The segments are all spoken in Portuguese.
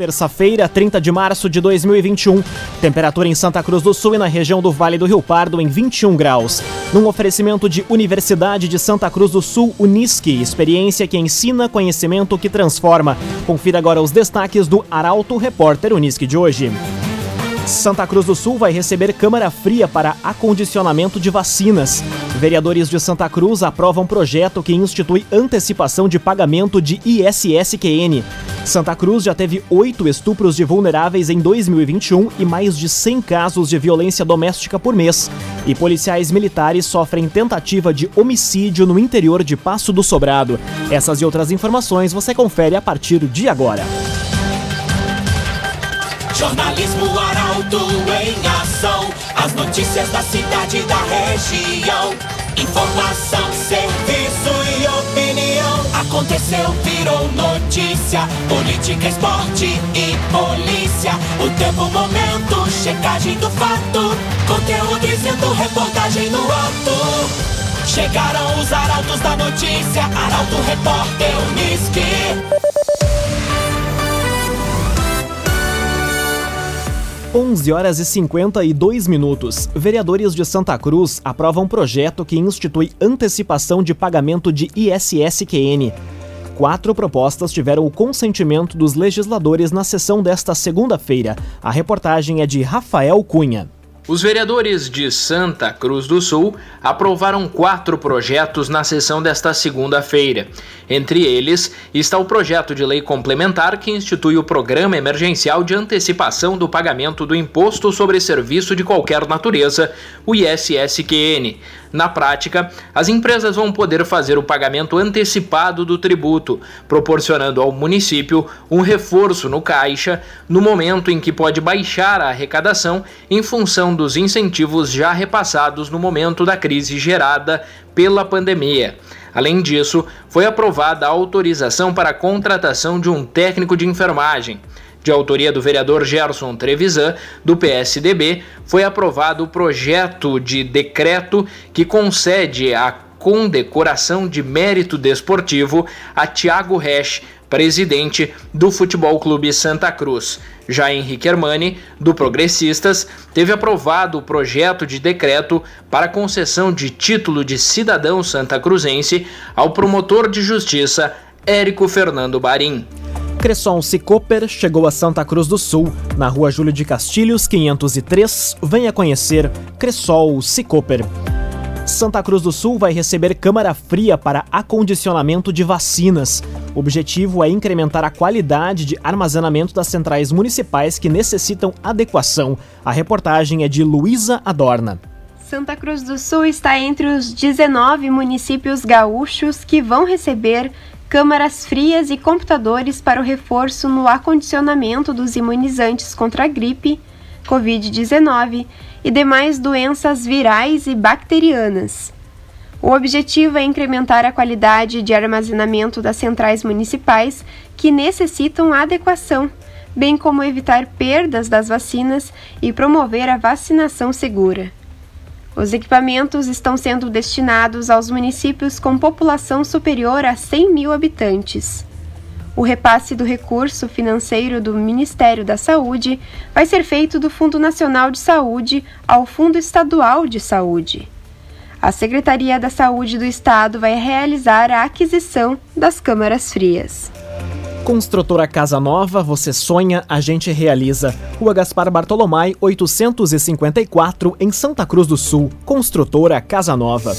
Terça-feira, 30 de março de 2021. Temperatura em Santa Cruz do Sul e na região do Vale do Rio Pardo em 21 graus. Num oferecimento de Universidade de Santa Cruz do Sul, Unisque, experiência que ensina, conhecimento que transforma. Confira agora os destaques do Arauto Repórter Unisque de hoje. Santa Cruz do Sul vai receber câmara fria para acondicionamento de vacinas. Vereadores de Santa Cruz aprovam projeto que institui antecipação de pagamento de ISS-QN. Santa Cruz já teve 8 estupros de vulneráveis em 2021 e mais de 100 casos de violência doméstica por mês. E policiais militares sofrem tentativa de homicídio no interior de Passo do Sobrado. Essas e outras informações você confere a partir de agora. Jornalismo Arauto em ação. As notícias da cidade e da região. Informação, serviço e opinião. Aconteceu, virou notícia. Política, esporte e polícia. O tempo, momento, checagem do fato. Conteúdo dizendo, reportagem no ato. Chegaram os arautos da notícia. Arauto Repórter Unisque. 11h52. Vereadores de Santa Cruz aprovam projeto que institui antecipação de pagamento de ISS-QN. 4 propostas tiveram o consentimento dos legisladores na sessão desta segunda-feira. A reportagem é de Rafael Cunha. Os vereadores de Santa Cruz do Sul aprovaram 4 projetos na sessão desta segunda-feira. Entre eles está o projeto de lei complementar que institui o Programa Emergencial de Antecipação do Pagamento do Imposto sobre Serviço de Qualquer Natureza, o ISS-QN. Na prática, as empresas vão poder fazer o pagamento antecipado do tributo, proporcionando ao município um reforço no caixa no momento em que pode baixar a arrecadação em função dos incentivos já repassados no momento da crise gerada pela pandemia. Além disso, foi aprovada a autorização para a contratação de um técnico de enfermagem. De autoria do vereador Gerson Trevisan, do PSDB, foi aprovado o projeto de decreto que concede a condecoração de mérito desportivo a Thiago Resch, presidente do Futebol Clube Santa Cruz. Já Henrique Hermani, do Progressistas, teve aprovado o projeto de decreto para concessão de título de cidadão santacruzense ao promotor de justiça Érico Fernando Barim. Cressol Cicoper chegou a Santa Cruz do Sul, na Rua Júlio de Castilhos, 503. Venha conhecer Cressol Cicoper. Santa Cruz do Sul vai receber câmara fria para acondicionamento de vacinas. O objetivo é incrementar a qualidade de armazenamento das centrais municipais que necessitam adequação. A reportagem é de Luísa Adorna. Santa Cruz do Sul está entre os 19 municípios gaúchos que vão receber câmaras frias e computadores para o reforço no acondicionamento dos imunizantes contra a gripe, Covid-19 e demais doenças virais e bacterianas. O objetivo é incrementar a qualidade de armazenamento das centrais municipais que necessitam adequação, bem como evitar perdas das vacinas e promover a vacinação segura. Os equipamentos estão sendo destinados aos municípios com população superior a 100 mil habitantes. O repasse do recurso financeiro do Ministério da Saúde vai ser feito do Fundo Nacional de Saúde ao Fundo Estadual de Saúde. A Secretaria da Saúde do Estado vai realizar a aquisição das câmaras frias. Construtora Casa Nova, você sonha, a gente realiza. Rua Gaspar Bartolomai, 854, em Santa Cruz do Sul. Construtora Casa Nova.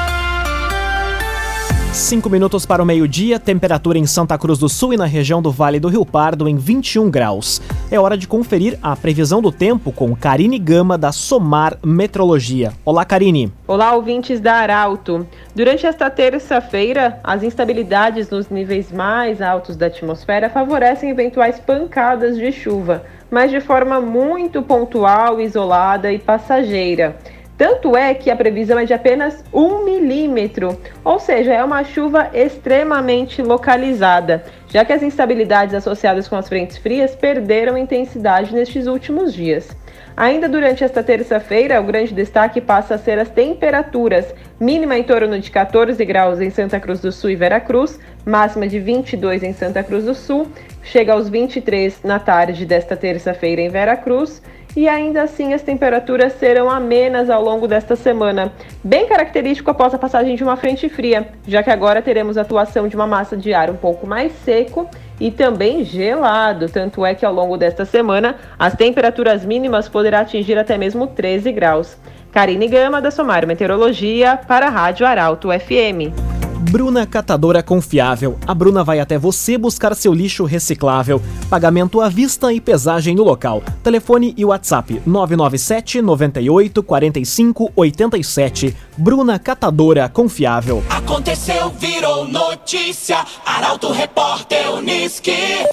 5 minutos para o meio-dia, temperatura em Santa Cruz do Sul e na região do Vale do Rio Pardo em 21 graus. É hora de conferir a previsão do tempo com Karine Gama, da Somar Metrologia. Olá, Karine. Olá, ouvintes da Arauto. Durante esta terça-feira, as instabilidades nos níveis mais altos da atmosfera favorecem eventuais pancadas de chuva, mas de forma muito pontual, isolada e passageira. Tanto é que a previsão é de apenas 1 milímetro, ou seja, é uma chuva extremamente localizada, já que as instabilidades associadas com as frentes frias perderam intensidade nestes últimos dias. Ainda durante esta terça-feira, o grande destaque passa a ser as temperaturas, mínima em torno de 14 graus em Santa Cruz do Sul e Veracruz, máxima de 22 em Santa Cruz do Sul, chega aos 23 na tarde desta terça-feira em Veracruz, e ainda assim as temperaturas serão amenas ao longo desta semana, bem característico após a passagem de uma frente fria, já que agora teremos a atuação de uma massa de ar um pouco mais seco e também gelado, tanto é que ao longo desta semana as temperaturas mínimas poderão atingir até mesmo 13 graus. Karine Gama, da Somar Meteorologia, para a Rádio Arauto FM. Bruna Catadora Confiável. A Bruna vai até você buscar seu lixo reciclável. Pagamento à vista e pesagem no local. Telefone e WhatsApp 997 98 45 87. Bruna Catadora Confiável. Aconteceu, virou notícia. Arauto Repórter Unisque.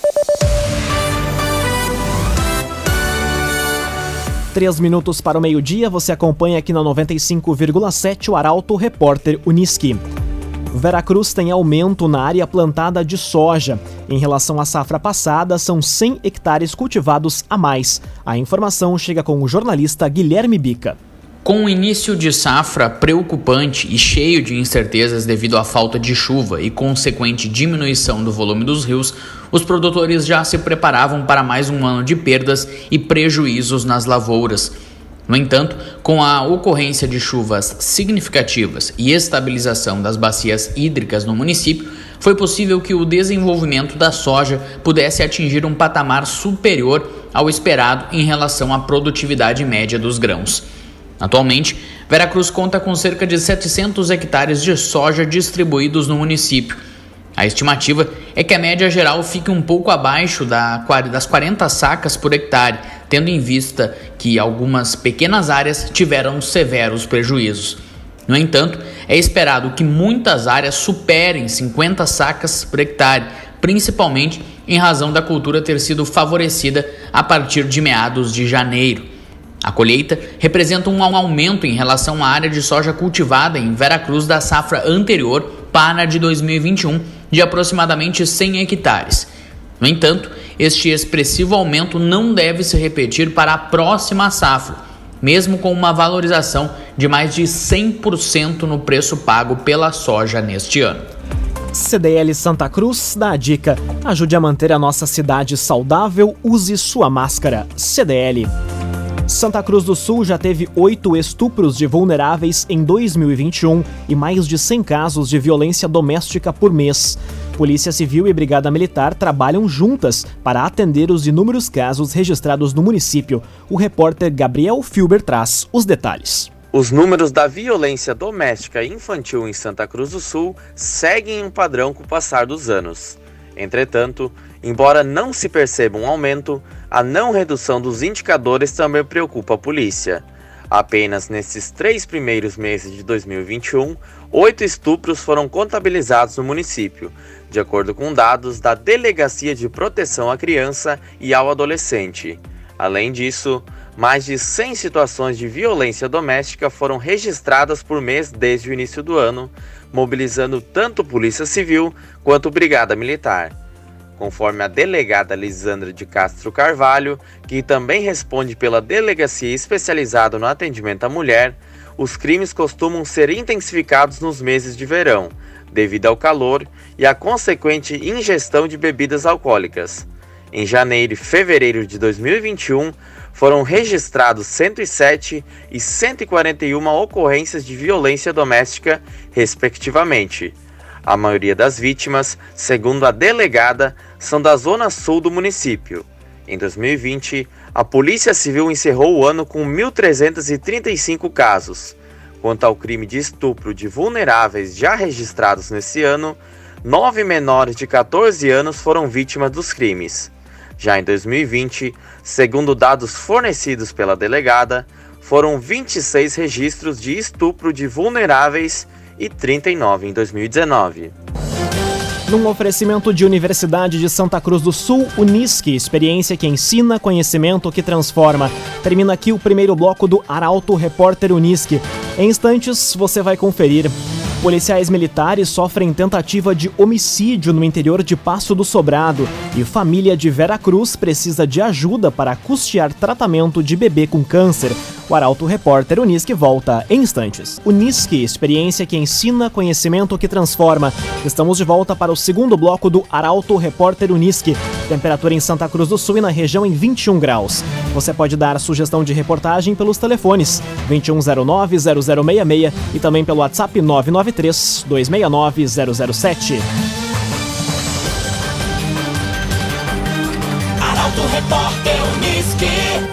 3 minutos para o meio-dia, você acompanha aqui na 95,7 o Arauto Repórter Unisque. Veracruz tem aumento na área plantada de soja. Em relação à safra passada, são 100 hectares cultivados a mais. A informação chega com o jornalista Guilherme Bica. Com o início de safra preocupante e cheio de incertezas devido à falta de chuva e consequente diminuição do volume dos rios, os produtores já se preparavam para mais um ano de perdas e prejuízos nas lavouras. No entanto, com a ocorrência de chuvas significativas e estabilização das bacias hídricas no município, foi possível que o desenvolvimento da soja pudesse atingir um patamar superior ao esperado em relação à produtividade média dos grãos. Atualmente, Veracruz conta com cerca de 700 hectares de soja distribuídos no município. A estimativa é que a média geral fique um pouco abaixo das 40 sacas por hectare, tendo em vista que algumas pequenas áreas tiveram severos prejuízos. No entanto, é esperado que muitas áreas superem 50 sacas por hectare, principalmente em razão da cultura ter sido favorecida a partir de meados de janeiro. A colheita representa um aumento em relação à área de soja cultivada em Veracruz da safra anterior para a de 2021, de aproximadamente 100 hectares. No entanto, este expressivo aumento não deve se repetir para a próxima safra, mesmo com uma valorização de mais de 100% no preço pago pela soja neste ano. CDL Santa Cruz dá a dica: ajude a manter a nossa cidade saudável, use sua máscara. CDL. Santa Cruz do Sul já teve 8 estupros de vulneráveis em 2021 e mais de 100 casos de violência doméstica por mês. Polícia Civil e Brigada Militar trabalham juntas para atender os inúmeros casos registrados no município. O repórter Gabriel Filber traz os detalhes. Os números da violência doméstica e infantil em Santa Cruz do Sul seguem um padrão com o passar dos anos. Entretanto, embora não se perceba um aumento, a não redução dos indicadores também preocupa a polícia. Apenas nesses 3 primeiros meses de 2021, 8 estupros foram contabilizados no município, de acordo com dados da Delegacia de Proteção à Criança e ao Adolescente. Além disso, mais de 100 situações de violência doméstica foram registradas por mês desde o início do ano, mobilizando tanto Polícia Civil quanto Brigada Militar. Conforme a delegada Lisandra de Castro Carvalho, que também responde pela Delegacia Especializada no Atendimento à Mulher, os crimes costumam ser intensificados nos meses de verão, devido ao calor e à consequente ingestão de bebidas alcoólicas. Em janeiro e fevereiro de 2021, foram registrados 107 e 141 ocorrências de violência doméstica, respectivamente. A maioria das vítimas, segundo a delegada, são da zona sul do município. Em 2020, a Polícia Civil encerrou o ano com 1.335 casos. Quanto ao crime de estupro de vulneráveis já registrados nesse ano, 9 menores de 14 anos foram vítimas dos crimes. Já em 2020, segundo dados fornecidos pela delegada, foram 26 registros de estupro de vulneráveis e 39 em 2019. Num oferecimento de Universidade de Santa Cruz do Sul, Unisque, experiência que ensina, conhecimento que transforma. Termina aqui o primeiro bloco do Arauto Repórter Unisque. Em instantes, você vai conferir. Policiais militares sofrem tentativa de homicídio no interior de Passo do Sobrado e família de Vera Cruz precisa de ajuda para custear tratamento de bebê com câncer. O Arauto Repórter Unisque volta em instantes. Unisque, experiência que ensina, conhecimento que transforma. Estamos de volta para o segundo bloco do Arauto Repórter Unisque. Temperatura em Santa Cruz do Sul e na região em 21 graus. Você pode dar sugestão de reportagem pelos telefones 2109-0066 e também pelo WhatsApp 993-269-007. Arauto Repórter Unisque.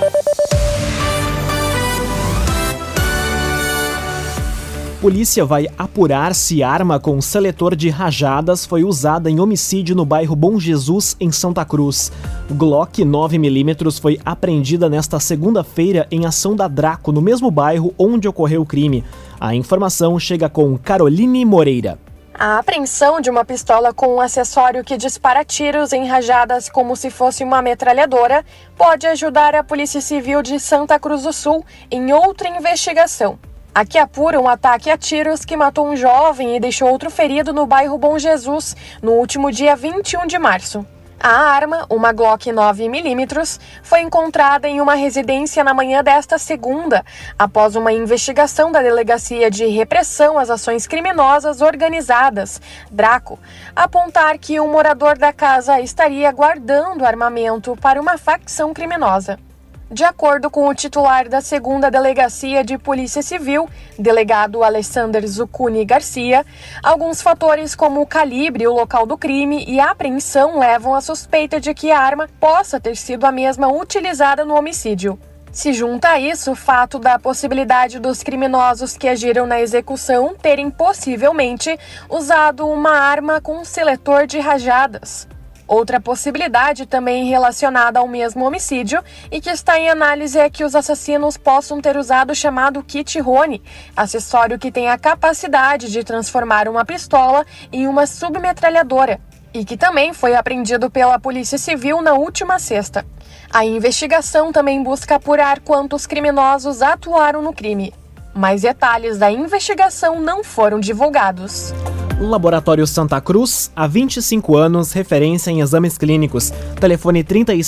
Polícia vai apurar se arma com seletor de rajadas foi usada em homicídio no bairro Bom Jesus, em Santa Cruz. Glock 9mm foi apreendida nesta segunda-feira em ação da Draco, no mesmo bairro onde ocorreu o crime. A informação chega com Caroline Moreira. A apreensão de uma pistola com um acessório que dispara tiros em rajadas como se fosse uma metralhadora pode ajudar a Polícia Civil de Santa Cruz do Sul em outra investigação. A que apura um ataque a tiros que matou um jovem e deixou outro ferido no bairro Bom Jesus, no último dia 21 de março. A arma, uma Glock 9mm, foi encontrada em uma residência na manhã desta segunda, após uma investigação da Delegacia de Repressão às Ações Criminosas Organizadas, DRACO, apontar que um morador da casa estaria guardando armamento para uma facção criminosa. De acordo com o titular da 2ª Delegacia de Polícia Civil, delegado Alexander Zucuni Garcia, alguns fatores como o calibre, o local do crime e a apreensão levam à suspeita de que a arma possa ter sido a mesma utilizada no homicídio. Se junta a isso o fato da possibilidade dos criminosos que agiram na execução terem possivelmente usado uma arma com um seletor de rajadas. Outra possibilidade também relacionada ao mesmo homicídio e que está em análise é que os assassinos possam ter usado o chamado kit Rony, acessório que tem a capacidade de transformar uma pistola em uma submetralhadora, e que também foi apreendido pela Polícia Civil na última sexta. A investigação também busca apurar quantos criminosos atuaram no crime. Mais detalhes da investigação não foram divulgados. Laboratório Santa Cruz, há 25 anos, referência em exames clínicos. Telefone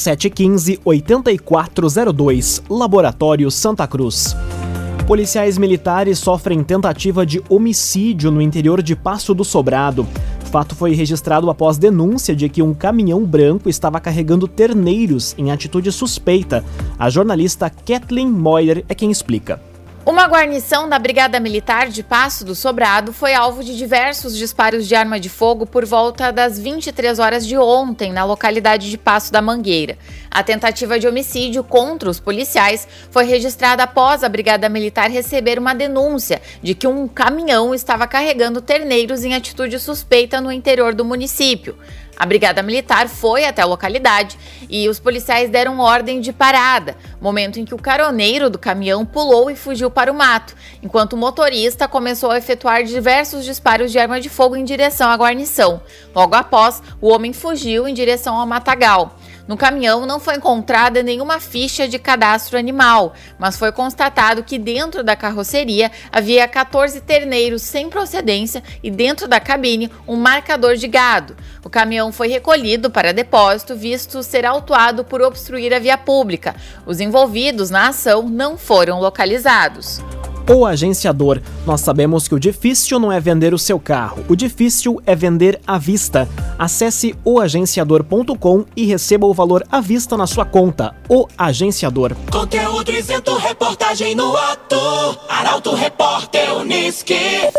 3715-8402, Laboratório Santa Cruz. Policiais militares sofrem tentativa de homicídio no interior de Passo do Sobrado. O fato foi registrado após denúncia de que um caminhão branco estava carregando terneiros em atitude suspeita. A jornalista Kathleen Moyer é quem explica. Uma guarnição da Brigada Militar de Passo do Sobrado foi alvo de diversos disparos de arma de fogo por volta das 23 horas de ontem, na localidade de Passo da Mangueira. A tentativa de homicídio contra os policiais foi registrada após a Brigada Militar receber uma denúncia de que um caminhão estava carregando terneiros em atitude suspeita no interior do município. A Brigada Militar foi até a localidade e os policiais deram ordem de parada, momento em que o caroneiro do caminhão pulou e fugiu para o mato, enquanto o motorista começou a efetuar diversos disparos de arma de fogo em direção à guarnição. Logo após, o homem fugiu em direção ao matagal. No caminhão não foi encontrada nenhuma ficha de cadastro animal, mas foi constatado que dentro da carroceria havia 14 terneiros sem procedência e dentro da cabine um marcador de gado. O caminhão foi recolhido para depósito, visto ser autuado por obstruir a via pública. Os envolvidos na ação não foram localizados. O agenciador. Nós sabemos que o difícil não é vender o seu carro, o difícil é vender à vista. Acesse oagenciador.com e receba o valor à vista na sua conta. O Agenciador. Conteúdo isento, reportagem no ato. Arauto Repórter Unisque.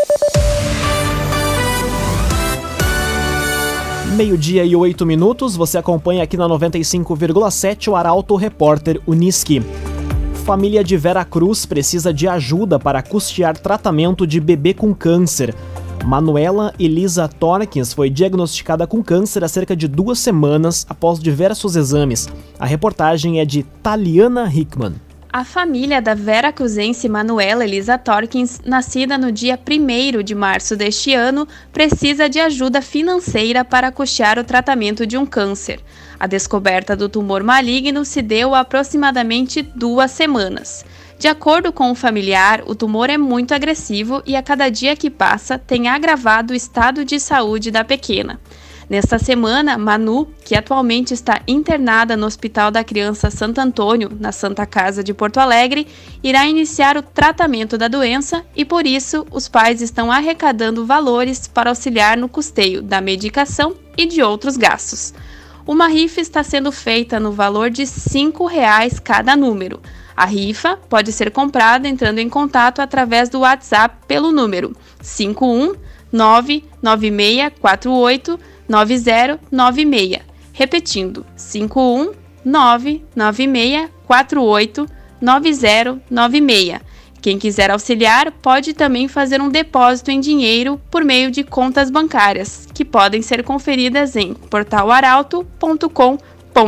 12:08, você acompanha aqui na 95,7 o Arauto Repórter Unisque. Família de Vera Cruz precisa de ajuda para custear tratamento de bebê com câncer. Manuela Elisa Torkins foi diagnosticada com câncer há cerca de 2 semanas após diversos exames. A reportagem é de Taliana Hickman. A família da veracruzense Manuela Elisa Torkins, nascida no dia 1º de março deste ano, precisa de ajuda financeira para custear o tratamento de um câncer. A descoberta do tumor maligno se deu há aproximadamente 2 semanas. De acordo com o familiar, o tumor é muito agressivo e a cada dia que passa tem agravado o estado de saúde da pequena. Nesta semana, Manu, que atualmente está internada no Hospital da Criança Santo Antônio, na Santa Casa de Porto Alegre, irá iniciar o tratamento da doença e, por isso, os pais estão arrecadando valores para auxiliar no custeio da medicação e de outros gastos. Uma rifa está sendo feita no valor de R$ 5,00 cada número. A rifa pode ser comprada entrando em contato através do WhatsApp pelo número 51996489096. Repetindo, 51996489096. Quem quiser auxiliar pode também fazer um depósito em dinheiro por meio de contas bancárias, que podem ser conferidas em portalaralto.com.br.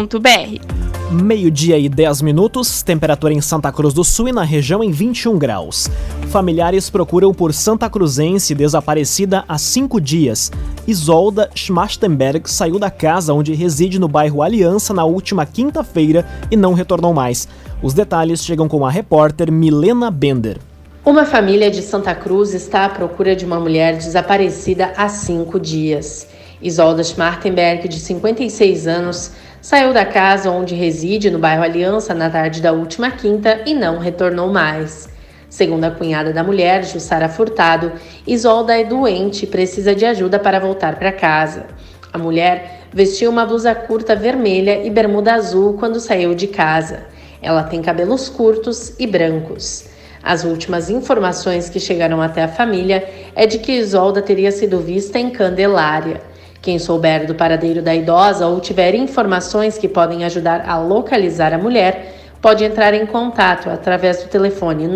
12:10, temperatura em Santa Cruz do Sul e na região em 21 graus. Familiares procuram por Santa Cruzense desaparecida há 5 dias. Isolda Schmachtenberg saiu da casa onde reside no bairro Aliança na última quinta-feira e não retornou mais. Os detalhes chegam com a repórter Milena Bender. Uma família de Santa Cruz está à procura de uma mulher desaparecida há 5 dias. Isolda Schmachtenberg, de 56 anos, saiu da casa onde reside no bairro Aliança na tarde da última quinta e não retornou mais. Segundo a cunhada da mulher, Jussara Furtado, Isolda é doente e precisa de ajuda para voltar para casa. A mulher vestiu uma blusa curta vermelha e bermuda azul quando saiu de casa. Ela tem cabelos curtos e brancos. As últimas informações que chegaram até a família é de que Isolda teria sido vista em Candelária. Quem souber do paradeiro da idosa ou tiver informações que podem ajudar a localizar a mulher, pode entrar em contato através do telefone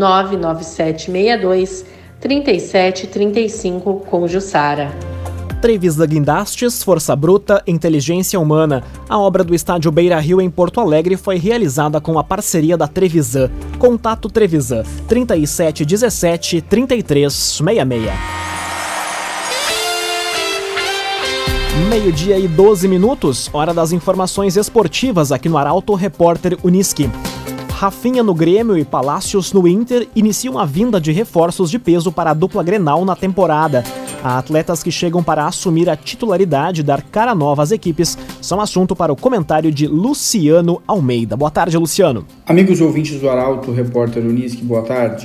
99762-3735 com Jussara. Trevisan Guindastes, Força Bruta, Inteligência Humana. A obra do estádio Beira-Rio em Porto Alegre foi realizada com a parceria da Trevisan. Contato Trevisan 3717-3366. 12:12, hora das informações esportivas aqui no Arauto Repórter Uniski. Rafinha no Grêmio e Palácios no Inter iniciam a vinda de reforços de peso para a dupla Grenal na temporada. Há atletas que chegam para assumir a titularidade e dar cara nova às equipes. São assunto para o comentário de Luciano Almeida. Boa tarde, Luciano. Amigos ouvintes do Arauto Repórter Uniski, boa tarde.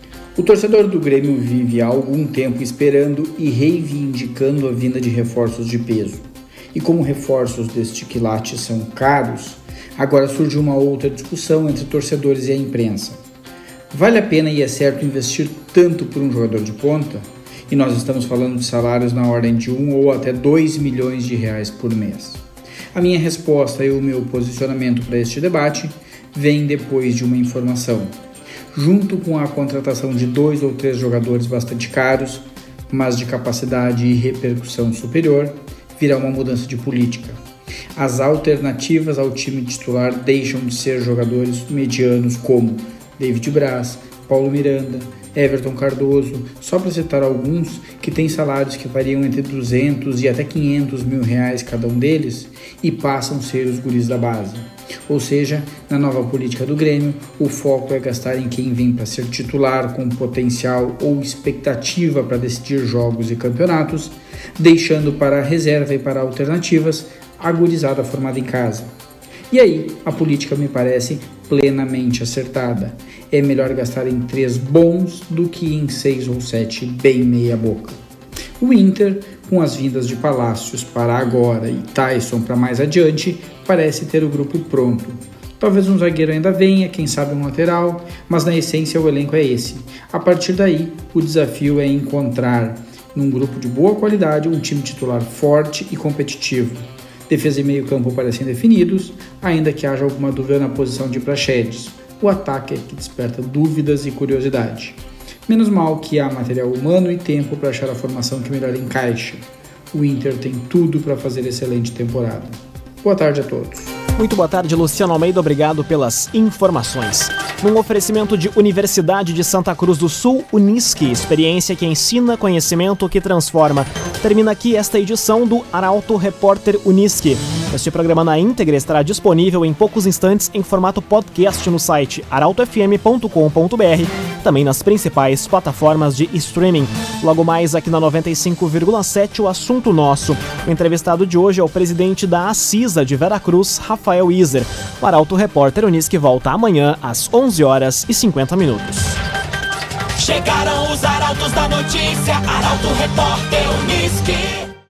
O torcedor do Grêmio vive há algum tempo esperando e reivindicando a vinda de reforços de peso. E como reforços deste quilate são caros, agora surge uma outra discussão entre torcedores e a imprensa. Vale a pena e é certo investir tanto por um jogador de ponta? E nós estamos falando de salários na ordem de 1 ou até 2 milhões de reais por mês. A minha resposta e o meu posicionamento para este debate vem depois de uma informação. Junto com a contratação de 2 ou 3 jogadores bastante caros, mas de capacidade e repercussão superior, virá uma mudança de política. As alternativas ao time titular deixam de ser jogadores medianos como David Braz, Paulo Miranda, Everton Cardoso, só para citar alguns que têm salários que variam entre 200 e até 500 mil reais cada um deles e passam a ser os guris da base. Ou seja, na nova política do Grêmio, o foco é gastar em quem vem para ser titular com potencial ou expectativa para decidir jogos e campeonatos, deixando para a reserva e para alternativas a gurizada formada em casa. E aí, a política me parece plenamente acertada. É melhor gastar em 3 bons do que em 6 ou 7 bem meia boca. O Inter, com as vindas de Palácios para agora e Tyson para mais adiante, parece ter o grupo pronto. Talvez um zagueiro ainda venha, quem sabe um lateral, mas na essência o elenco é esse. A partir daí, o desafio é encontrar, num grupo de boa qualidade, um time titular forte e competitivo. Defesa e meio campo parecem definidos, ainda que haja alguma dúvida na posição de Praxedes. O ataque é que desperta dúvidas e curiosidade. Menos mal que há material humano e tempo para achar a formação que melhor encaixa. O Inter tem tudo para fazer excelente temporada. Boa tarde a todos. Muito boa tarde, Luciano Almeida. Obrigado pelas informações. num oferecimento de Universidade de Santa Cruz do Sul, Unisque, experiência que ensina, conhecimento que transforma. Termina aqui esta edição do Arauto Repórter Unisque. Este programa na íntegra estará disponível em poucos instantes em formato podcast no site arautofm.com.br, também nas principais plataformas de streaming. Logo mais aqui na 95,7, o assunto nosso. O entrevistado de hoje é o presidente da Acisa de Veracruz, Rafael Iser. O Arauto Repórter Unisque volta amanhã às 11h50. Chegaram os arautos da notícia, Arauto Repórter Unisque.